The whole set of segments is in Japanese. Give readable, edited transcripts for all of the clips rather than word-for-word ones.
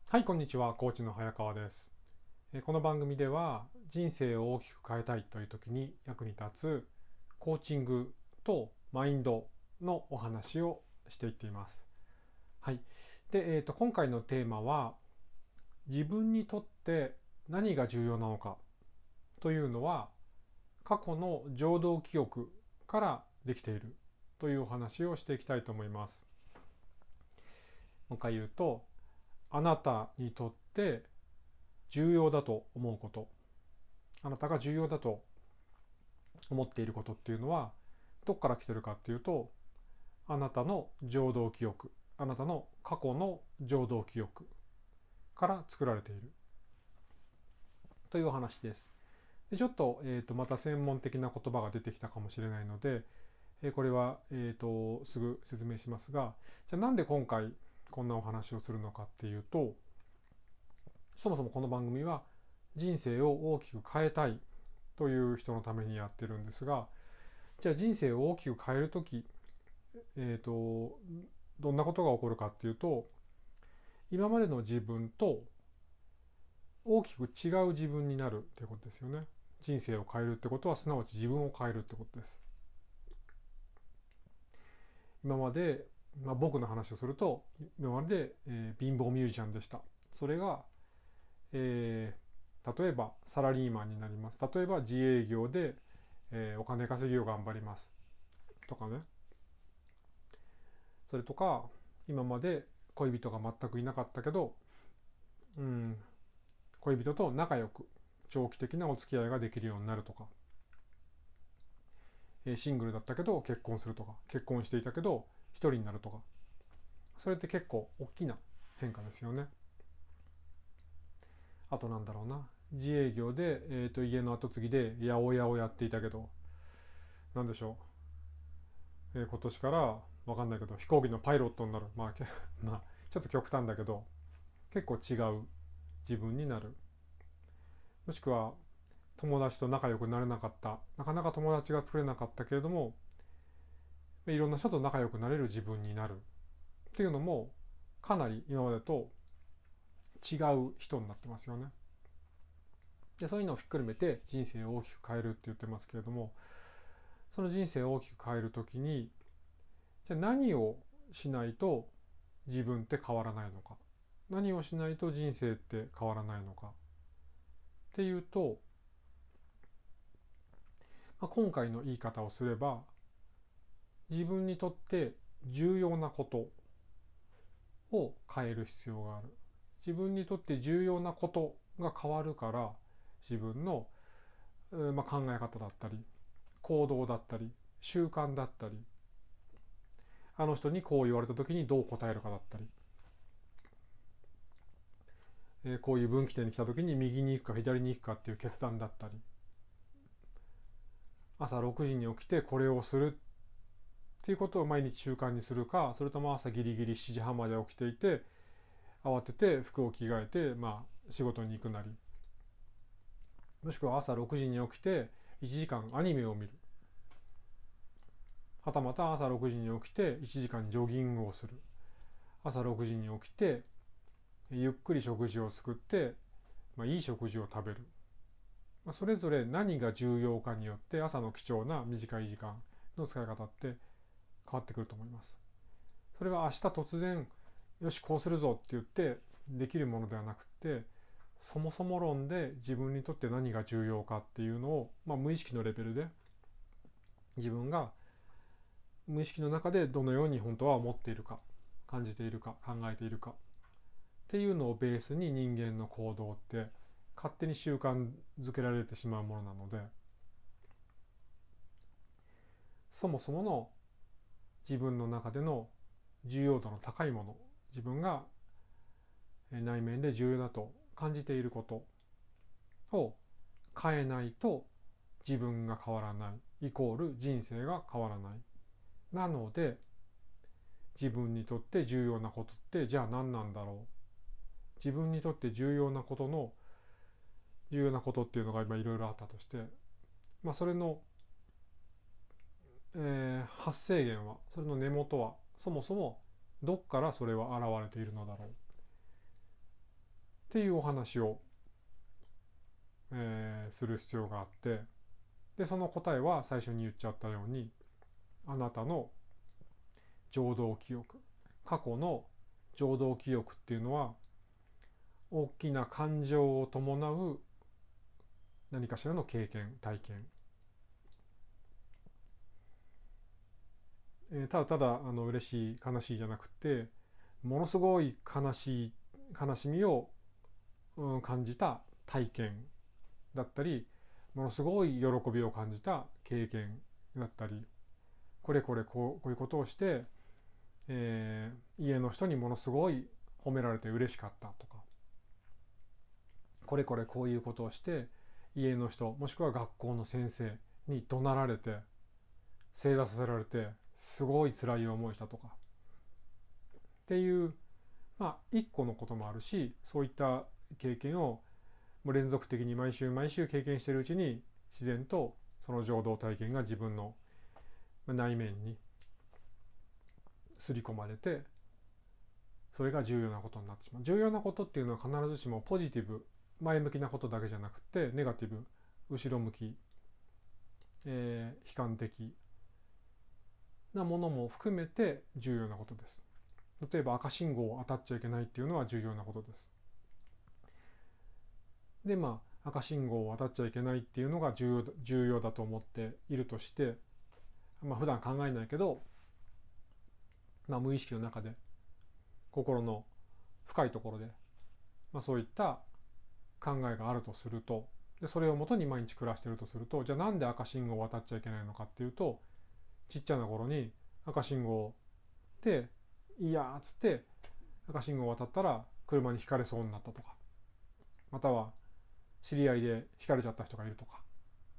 はい、こんにちは。コーチの早川です。この番組では人生を大きく変えたいという時に役に立つコーチングとマインドのお話をしていっています。はい。で、今回のテーマは自分にとって何が重要なのかというのは過去の情動記憶からできているというお話をしていきたいと思います。もう一回言うと、あなたにとって重要だと思うこと、あなたが重要だと思っていることっていうのはどこから来てるかっていうと、あなたの情動記憶、あなたの過去の情動記憶から作られているというお話です。でちょっと、また専門的な言葉が出てきたかもしれないので、これは、すぐ説明しますが、じゃあなんで今回こんなお話をするのかっていうと、そもそもこの番組は人生を大きく変えたいという人のためにやってるんですが、じゃあ人生を大きく変えるとき、どんなことが起こるかっていうと、今までの自分と大きく違う自分になるっていうことですよね。人生を変えるってことはすなわち自分を変えるってことです。今まで、僕の話をすると、今まで、貧乏ミュージシャンでした。それが、例えばサラリーマンになります。例えば自営業で、お金稼ぎを頑張りますとかね。それとか、今まで恋人が全くいなかったけど、うん、恋人と仲良く長期的なお付き合いができるようになるとか、シングルだったけど結婚するとか、結婚していたけど一人になるとか、それって結構大きな変化ですよね。あとなんだろうな、自営業で、家の跡継ぎで八百屋をやっていたけど、なんでしょう、今年からわかんないけど飛行機のパイロットになる、まあちょっと極端だけど結構違う自分になる。もしくは友達と仲良くなれなかった、なかなか友達が作れなかったけれども、いろんな人と仲良くなれる自分になるっていうのも、かなり今までと違う人になってますよね。でそういうのをひっくるめて人生を大きく変えるって言ってますけれども、その人生を大きく変えるときに、じゃあ何をしないと自分って変わらないのか、何をしないと人生って変わらないのかっていうと、今回の言い方をすれば、自分にとって重要なことを変える必要がある。自分にとって重要なことが変わるから、自分の、考え方だったり行動だったり習慣だったり、あの人にこう言われた時にどう答えるかだったり、こういう分岐点に来た時に右に行くか左に行くかっていう決断だったり、朝6時に起きてこれをするっていうことを毎日習慣にするか、それとも朝ギリギリ7時半まで起きていて慌てて服を着替えて、仕事に行くなり、もしくは朝6時に起きて1時間アニメを見る、はたまた朝6時に起きて1時間ジョギングをする、朝6時に起きてゆっくり食事を作って、いい食事を食べる、それぞれ何が重要かによって朝の貴重な短い時間の使い方って変わってくると思います。それは明日突然よしこうするぞって言ってできるものではなくて、そもそも論で自分にとって何が重要かっていうのを、無意識のレベルで自分が無意識の中でどのように本当は思っているか、感じているか、考えているかっていうのをベースに人間の行動って勝手に習慣づけられてしまうものなので、そもそもの自分の中での重要度の高いもの、自分が内面で重要だと感じていることを変えないと自分が変わらない、イコール人生が変わらない。なので自分にとって重要なことってじゃあ何なんだろう。自分にとって重要なことの重要なことっていうのが今いろいろあったとして、それの、発生源は、それの根元はそもそもどっからそれは現れているのだろう。 ていうお話を、する必要があって、でその答えは最初に言っちゃったように、あなたの情動記憶、過去の情動記憶っていうのは大きな感情を伴う何かしらの経験、体験、ただただ嬉しい悲しいじゃなくて、ものすごい悲しみを、感じた体験だったり、ものすごい喜びを感じた経験だったり、これこれこういうことをして、家の人にものすごい褒められて嬉しかったとか、これこれこういうことをして家の人もしくは学校の先生に怒鳴られて正座させられてすごい辛い思いしたとかっていう、一個のこともあるし、そういった経験をもう連続的に毎週毎週経験しているうちに、自然とその浄土体験が自分の内面に刷り込まれて、それが重要なことになってしまう。重要なことっていうのは必ずしもポジティブ、前向きなことだけじゃなくて、ネガティブ、後ろ向き、悲観的なものも含めて重要なことです。例えば赤信号を当たっちゃいけないっていうのは重要なことです。で赤信号を渡っちゃいけないっていうのが重要だと思っているとして、普段考えないけど、無意識の中で心の深いところで、そういった考えがあるとすると、でそれをもとに毎日暮らしているとすると、じゃあなんで赤信号を渡っちゃいけないのかっていうと、ちっちゃな頃に赤信号でいやーっつって赤信号を渡ったら車にひかれそうになったとか、または知り合いでひかれちゃった人がいるとか、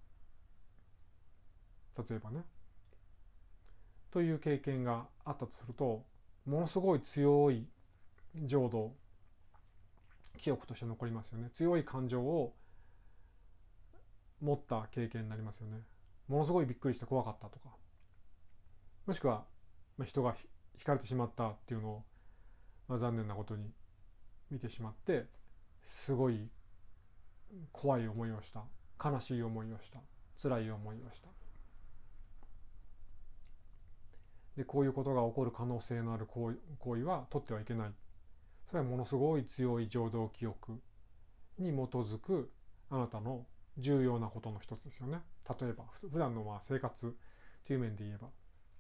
例えばね、という経験があったとすると、ものすごい強い浄土記憶として残りますよね。強い感情を持った経験になりますよね。ものすごいびっくりして怖かったとか、もしくは人がひかれてしまったっていうのを、残念なことに見てしまって、すごい怖い思いをした、悲しい思いをした、辛い思いをした。でこういうことが起こる可能性のある行為は取ってはいけない。それはものすごい強い浄土記憶に基づくあなたの重要なことの一つですよね。例えば普段の生活という面で言えば、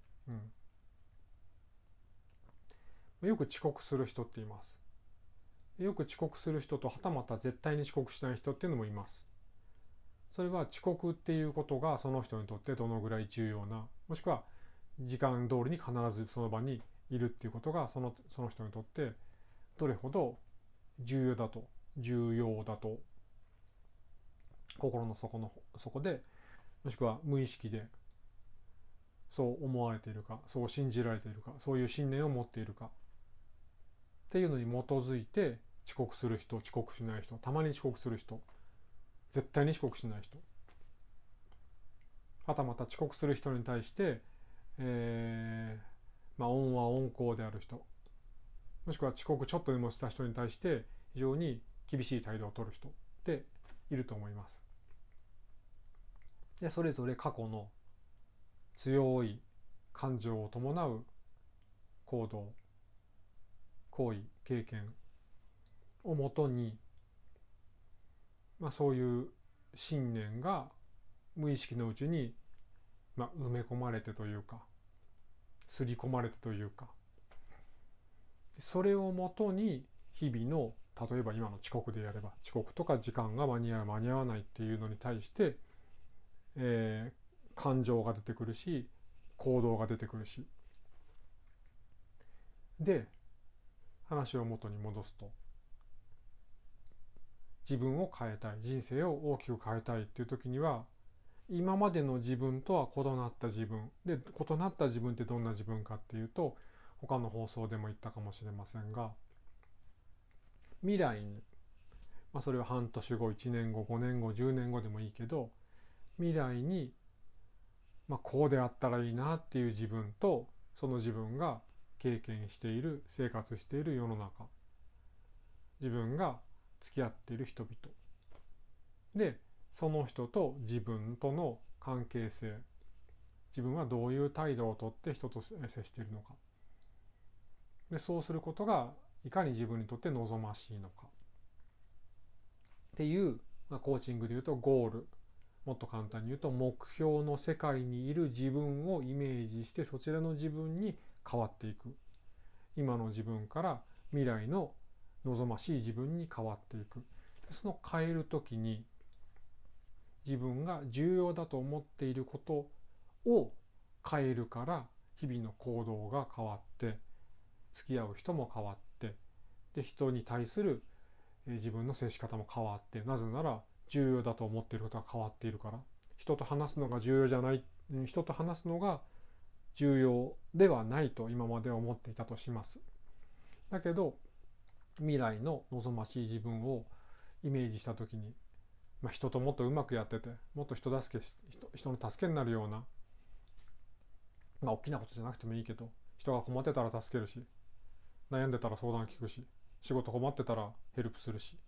よく遅刻する人っています。よく遅刻する人と、はたまた絶対に遅刻しない人っていうのもいます。それは遅刻っていうことがその人にとってどのぐらい重要な、もしくは時間通りに必ずその場にいるっていうことがその人にとってどれほど重要だと心の底で、もしくは無意識でそう思われているか、そう信じられているか、そういう信念を持っているかっていうのに基づいて、遅刻する人、遅刻しない人、たまに遅刻する人、絶対に遅刻しない人、はたまた遅刻する人に対して、恩は温厚である人、もしくは遅刻ちょっとでもした人に対して非常に厳しい態度を取る人っていると思います。でそれぞれ過去の強い感情を伴う行動、行為、経験をもとに、そういう信念が無意識のうちに、埋め込まれてというか、刷り込まれてというか、それをもとに日々の、例えば今の遅刻でやれば、遅刻とか時間が間に合う間に合わないっていうのに対して、感情が出てくるし、行動が出てくるし、で話を元に戻すと、自分を変えたい、人生を大きく変えたいっていう時には、今までの自分とは異なった自分で、異なった自分ってどんな自分かっていうと、他の放送でも言ったかもしれませんが、未来に、それは半年後、1年後、5年後、10年後でもいいけど、未来に、こうであったらいいなっていう自分と、その自分が経験している、生活している世の中、自分が付き合っている人々で、その人と自分との関係性、自分はどういう態度をとって人と接しているのか、でそうすることがいかに自分にとって望ましいのかっていう、コーチングでいうとゴール、もっと簡単に言うと目標の世界にいる自分をイメージして、そちらの自分に変わっていく。今の自分から未来の望ましい自分に変わっていく。その変えるときに自分が重要だと思っていることを変えるから、日々の行動が変わって、付き合う人も変わって、で人に対する自分の接し方も変わって、なぜなら重要だと思っていることが変わっているから。人と話すのが重要じゃない、人と話すのが重要ではないと今まで思っていたとします。だけど未来の望ましい自分をイメージした時に、人ともっとうまくやってて、もっと人の助けになるような、大きなことじゃなくてもいいけど、人が困ってたら助けるし、悩んでたら相談聞くし、仕事困ってたらヘルプするし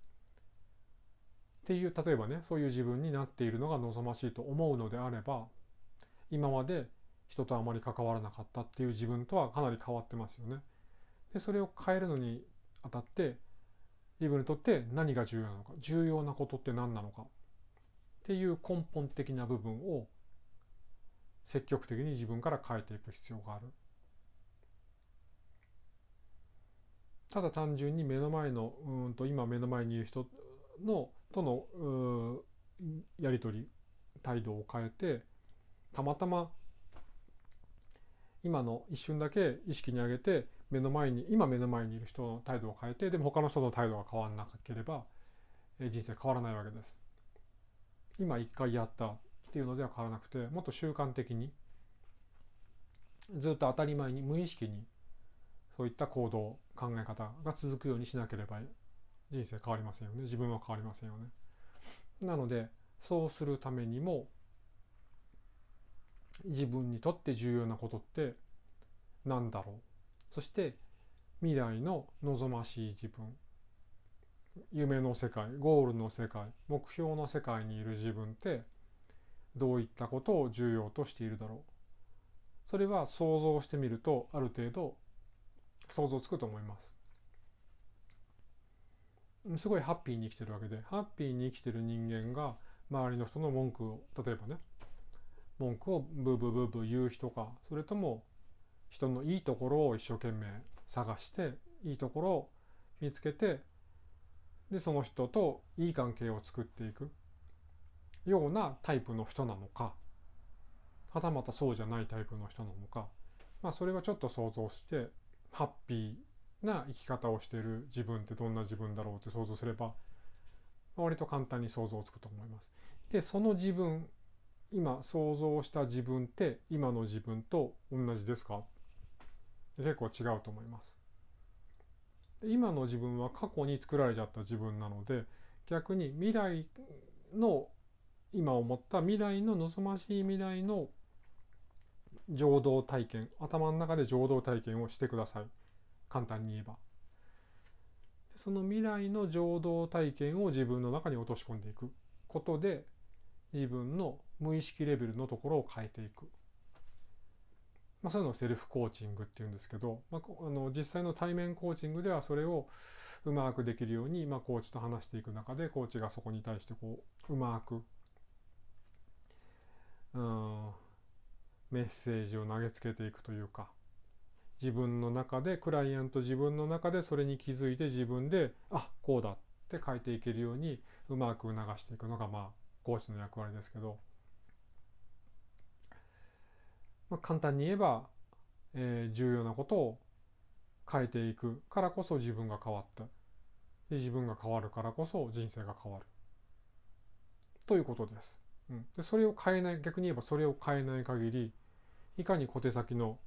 っていう、例えばね、そういう自分になっているのが望ましいと思うのであれば、今まで人とあまり関わらなかったっていう自分とはかなり変わってますよね。でそれを変えるのにあたって、自分にとって何が重要なのか、重要なことって何なのかっていう根本的な部分を積極的に自分から変えていく必要がある。ただ単純に目の前の今目の前にいる人とのやり取り、態度を変えて、たまたま今の一瞬だけ意識に上げて、今目の前にいる人の態度を変えて、でも他の人の態度が変わらなければ人生変わらないわけです。今一回やったっていうのでは変わらなくて、もっと習慣的にずっと当たり前に無意識にそういった行動、考え方が続くようにしなければ人生変わりませんよね。自分は変わりませんよね。なのでそうするためにも、自分にとって重要なことって何だろう、そして未来の望ましい自分、夢の世界、ゴールの世界、目標の世界にいる自分ってどういったことを重要としているだろう。それは想像してみるとある程度想像つくと思います。すごいハッピーに生きてるわけで、ハッピーに生きてる人間が周りの人の文句を、例えばね、文句をブーブーブーブー言う人か、それとも人のいいところを一生懸命探していいところを見つけて、でその人といい関係を作っていくようなタイプの人なのか、はたまたそうじゃないタイプの人なのか、それはちょっと想像して、ハッピーな生き方をしている自分ってどんな自分だろうって想像すれば、割と簡単に想像つくと思います。でその自分、今想像した自分って今の自分と同じですか？結構違うと思います。今の自分は過去に作られちゃった自分なので、逆に未来の今思った未来の望ましい未来の情動体験、頭の中で情動体験をしてください。簡単に言えば、その未来の情動体験を自分の中に落とし込んでいくことで、自分の無意識レベルのところを変えていく、そういうのをセルフコーチングっていうんですけど、実際の対面コーチングではそれをうまくできるように、コーチと話していく中で、コーチがそこに対してうまくメッセージを投げつけていくというか、自分の中で、クライアント自分の中でそれに気づいて、自分でこうだって変えていけるようにうまく促していくのがコーチの役割ですけど、簡単に言えば、重要なことを変えていくからこそ自分が変わって、で自分が変わるからこそ人生が変わるということです。でそれを変えない、逆に言えばそれを変えない限り、いかに小手先の、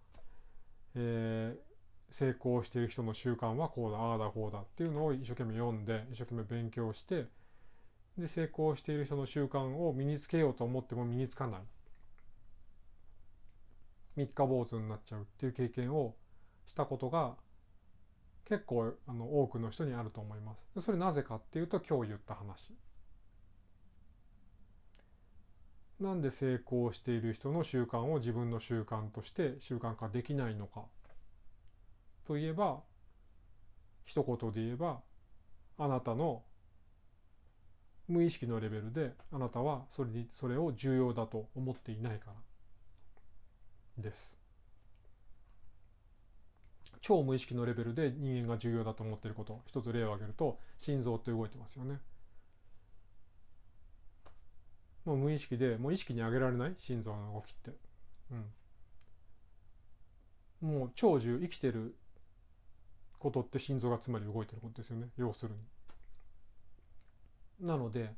成功している人の習慣はこうだ、ああだこうだっていうのを一生懸命読んで、一生懸命勉強して、で成功している人の習慣を身につけようと思っても身につかない、三日坊主になっちゃうっていう経験をしたことが結構多くの人にあると思います。それなぜかっていうと、今日言った話。なんで成功している人の習慣を自分の習慣として習慣化できないのかといえば、一言で言えば、あなたの無意識のレベルであなたはそれを重要だと思っていないからです。超無意識のレベルで人間が重要だと思っていること、一つ例を挙げると、心臓って動いてますよね。もう無意識で、もう意識に上げられない心臓の動きって。もう長寿、生きてることって心臓がつまり動いてることですよね。要するに。なので、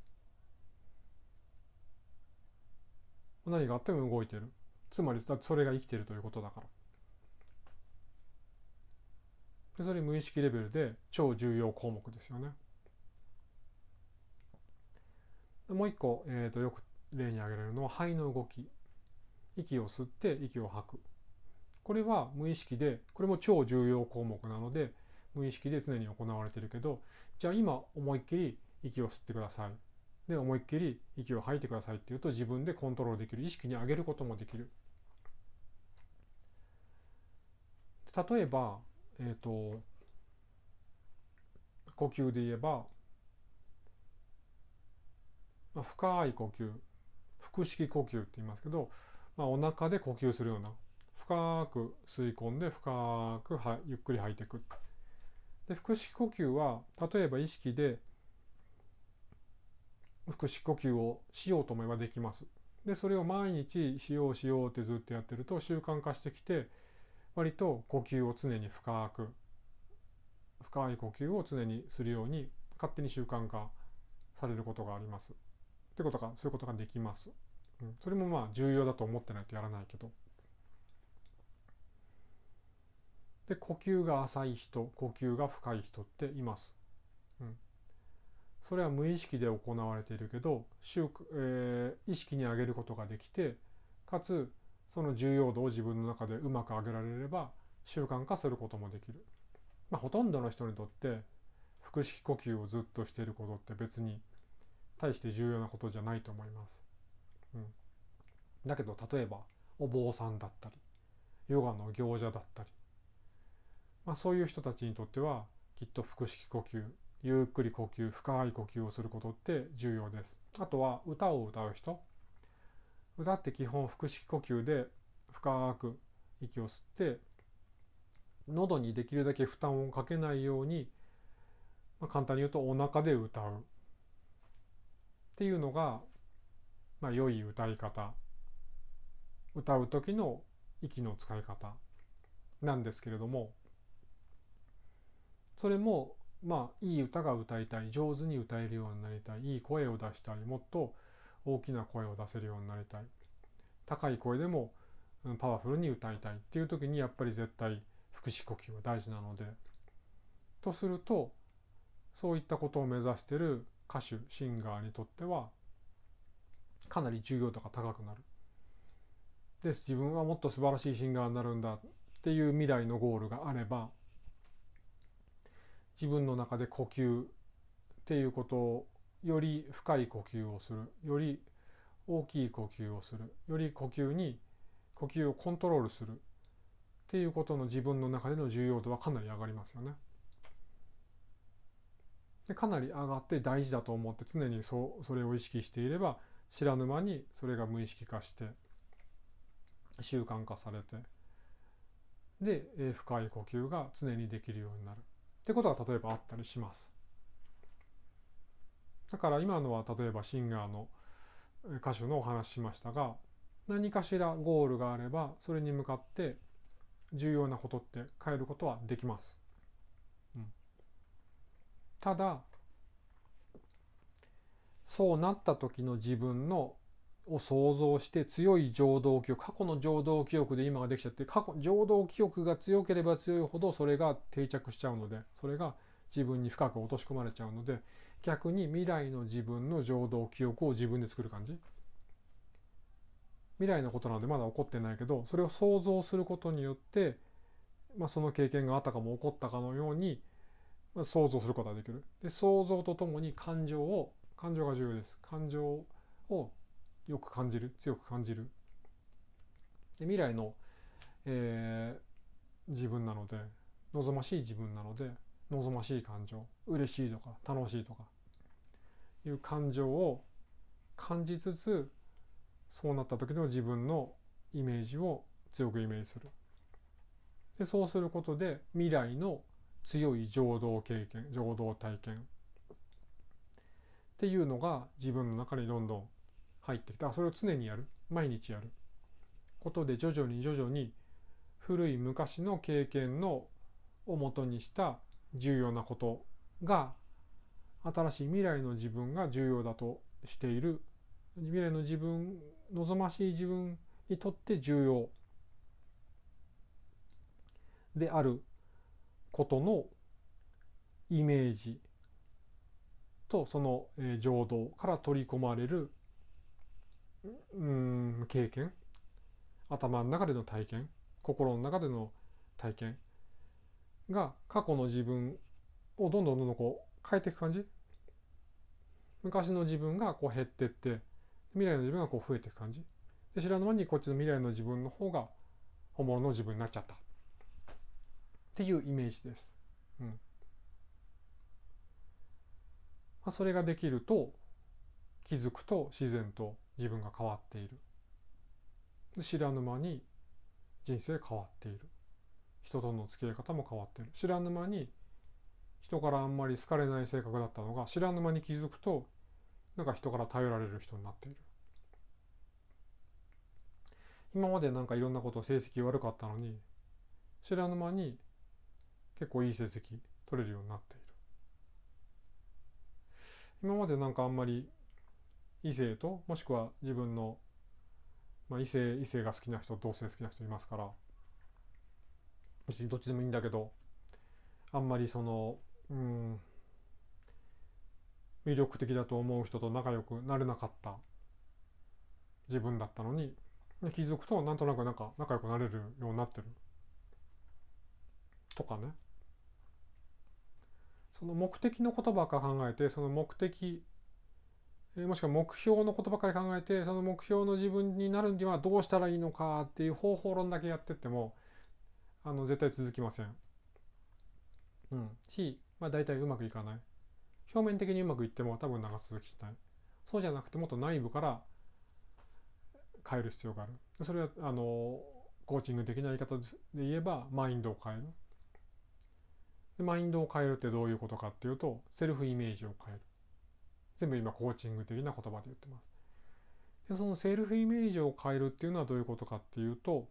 何があっても動いてる。つまり、それが生きてるということだから。でそれ無意識レベルで超重要項目ですよね。もう一個、よく例に挙げられるのは肺の動き。息を吸って息を吐く。これは無意識で、これも超重要項目なので、無意識で常に行われているけど、じゃあ今思いっきり息を吸ってください。で、思いっきり息を吐いてくださいっていうと、自分でコントロールできる。意識に上げることもできる。例えば、呼吸で言えば、深い呼吸、腹式呼吸って言いますけど、お腹で呼吸するような、深く吸い込んで深くゆっくり吐いていく。で、腹式呼吸は例えば意識で腹式呼吸をしようと思えばできます。で、それを毎日しようってずっとやってると習慣化してきて、割と呼吸を常に深い呼吸を常にするように勝手に習慣化されることがあります。ってことが、そういうことができます。それも重要だと思ってないとやらないけど。で、呼吸が浅い人、呼吸が深い人っています。それは無意識で行われているけど、意識に上げることができて、かつその重要度を自分の中でうまく上げられれば習慣化することもできる。ほとんどの人にとって腹式呼吸をずっとしていることって別に大して重要なことじゃないと思います。だけど例えばお坊さんだったりヨガの行者だったり、そういう人たちにとってはきっと腹式呼吸、ゆっくり呼吸、深い呼吸をすることって重要です。あとは歌を歌う人、歌って基本腹式呼吸で深く息を吸って喉にできるだけ負担をかけないように、簡単に言うとお腹で歌うっていうのが、良い歌い方、歌う時の息の使い方なんですけれども、それもいい歌が歌いたい、上手に歌えるようになりたい、いい声を出したい、もっと大きな声を出せるようになりたい、高い声でもパワフルに歌いたいっていう時にやっぱり絶対腹式呼吸は大事なので、とするとそういったことを目指している歌手シンガーにとってはかなり重要度が高くなる。で、自分はもっと素晴らしいシンガーになるんだっていう未来のゴールがあれば、自分の中で呼吸っていうことをより深い呼吸をする、より大きい呼吸をする、より呼吸をコントロールするっていうことの自分の中での重要度はかなり上がりますよね。でかなり上がって大事だと思って常にそれを意識していれば、知らぬ間にそれが無意識化して習慣化されて、で深い呼吸が常にできるようになるってことが例えばあったりします。だから今のは例えばシンガーの歌手のお話しましたが、何かしらゴールがあればそれに向かって重要なことって変えることはできます。ただそうなった時の自分のを想像して強い情動記憶、過去の情動記憶で今ができちゃって、情動記憶が強ければ強いほどそれが定着しちゃうので、それが自分に深く落とし込まれちゃうので、逆に未来の自分の情動記憶を自分で作る感じ。未来のことなのでまだ起こってないけど、それを想像することによってその経験があたかも起こったかのように、想像することができる。で、想像とともに感情が重要です。感情をよく感じる、強く感じる。で、未来の、自分なので、望ましい自分なので、望ましい感情、嬉しいとか楽しいとかいう感情を感じつつ、そうなった時の自分のイメージを強くイメージする。で、そうすることで未来の強い情動経験、情動体験っていうのが自分の中にどんどん入ってきて、それを常にやる、毎日やることで徐々に古い昔の経験のを元にした重要なことが新しい未来の自分が重要だとしている、未来の自分、望ましい自分にとって重要であることのイメージとその情動から取り込まれる経験、頭の中での体験、心の中での体験が過去の自分をどんどんこう変えていく感じ。昔の自分がこう減っていって未来の自分がこう増えていく感じで、知らぬ間にこっちの未来の自分の方が本物の自分になっちゃったっていうイメージです。それができると気づくと自然と自分が変わっている。知らぬ間に人生変わっている。人との付き合い方も変わっている。知らぬ間に人からあんまり好かれない性格だったのが知らぬ間に気づくとなんか人から頼られる人になっている。今までなんかいろんなこと成績悪かったのに知らぬ間に結構いい成績取れるようになっている。今までなんかあんまり異性ともしくは自分の、異性が好きな人、同性好きな人いますから、別にどっちでもいいんだけど、あんまりその魅力的だと思う人と仲良くなれなかった自分だったのに、気づくとなんとなく仲良くなれるようになってるとかね。その目的のことばっか考えて、その目的もしくは目標のことばかり考えて、その目標の自分になるにはどうしたらいいのかっていう方法論だけやってっても絶対続きません。大体うまくいかない。表面的にうまくいっても多分長続きしない。そうじゃなくてもっと内部から変える必要がある。それはコーチング的な言い方で言えばマインドを変える。でマインドを変えるってどういうことかっていうと、セルフイメージを変える。全部今コーチング的な言葉で言ってます。でそのセルフイメージを変えるっていうのはどういうことかっていうと、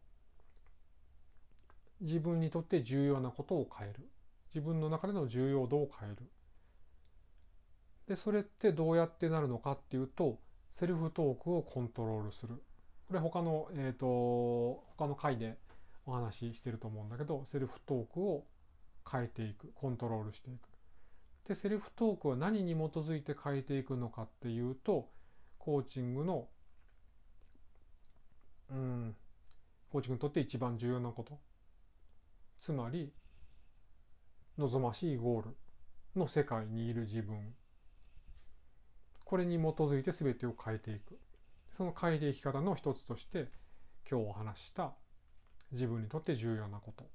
自分にとって重要なことを変える。自分の中での重要度を変える。でそれってどうやってなるのかっていうと、セルフトークをコントロールする。これ他の回でお話ししてると思うんだけど、セルフトークを変えていく、コントロールしていく。でセルフトークは何に基づいて変えていくのかっていうと、コーチングのコーチングにとって一番重要なこと、つまり望ましいゴールの世界にいる自分、これに基づいて全てを変えていく。その変えていき方の一つとして今日お話しした自分にとって重要なこと、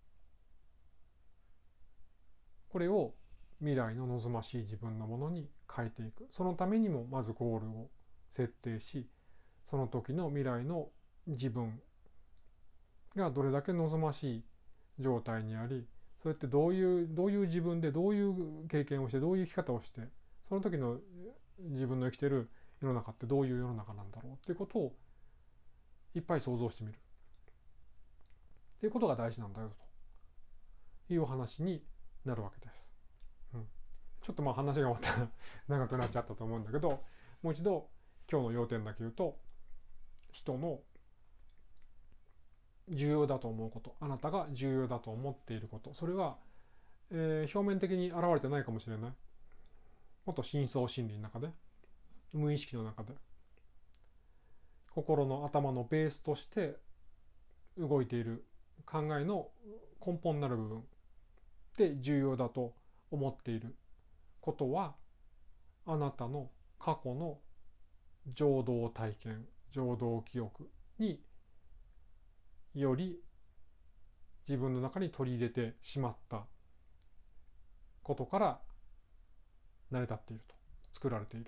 これを未来の望ましい自分のものに変えていく。そのためにもまずゴールを設定し、その時の未来の自分がどれだけ望ましい状態にあり、それってどういう自分でどういう経験をしてどういう生き方をして、その時の自分の生きてる世の中ってどういう世の中なんだろうっていうことをいっぱい想像してみるっていうことが大事なんだよというお話になるわけです。ちょっと話が終わったら長くなっちゃったと思うんだけど、もう一度今日の要点だけ言うと、人の重要だと思うこと、あなたが重要だと思っていること、それは、表面的に現れてないかもしれない。もっと深層心理の中で、無意識の中で、心の頭のベースとして動いている考えの根本になる部分で重要だと思っていることは、あなたの過去の情動体験、情動記憶により自分の中に取り入れてしまったことから成り立っていると、作られている。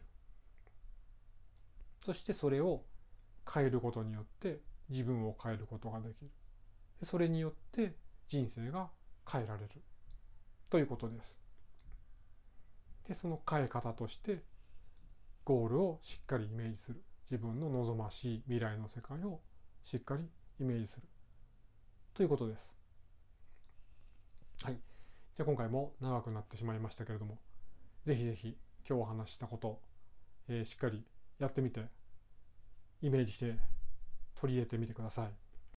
そしてそれを変えることによって自分を変えることができる。それによって人生が変えられるということです。で、その変え方としてゴールをしっかりイメージする。自分の望ましい未来の世界をしっかりイメージするということです。はい。じゃあ今回も長くなってしまいましたけれども、ぜひぜひ今日お話ししたこと、しっかりやってみて、イメージして取り入れてみてください。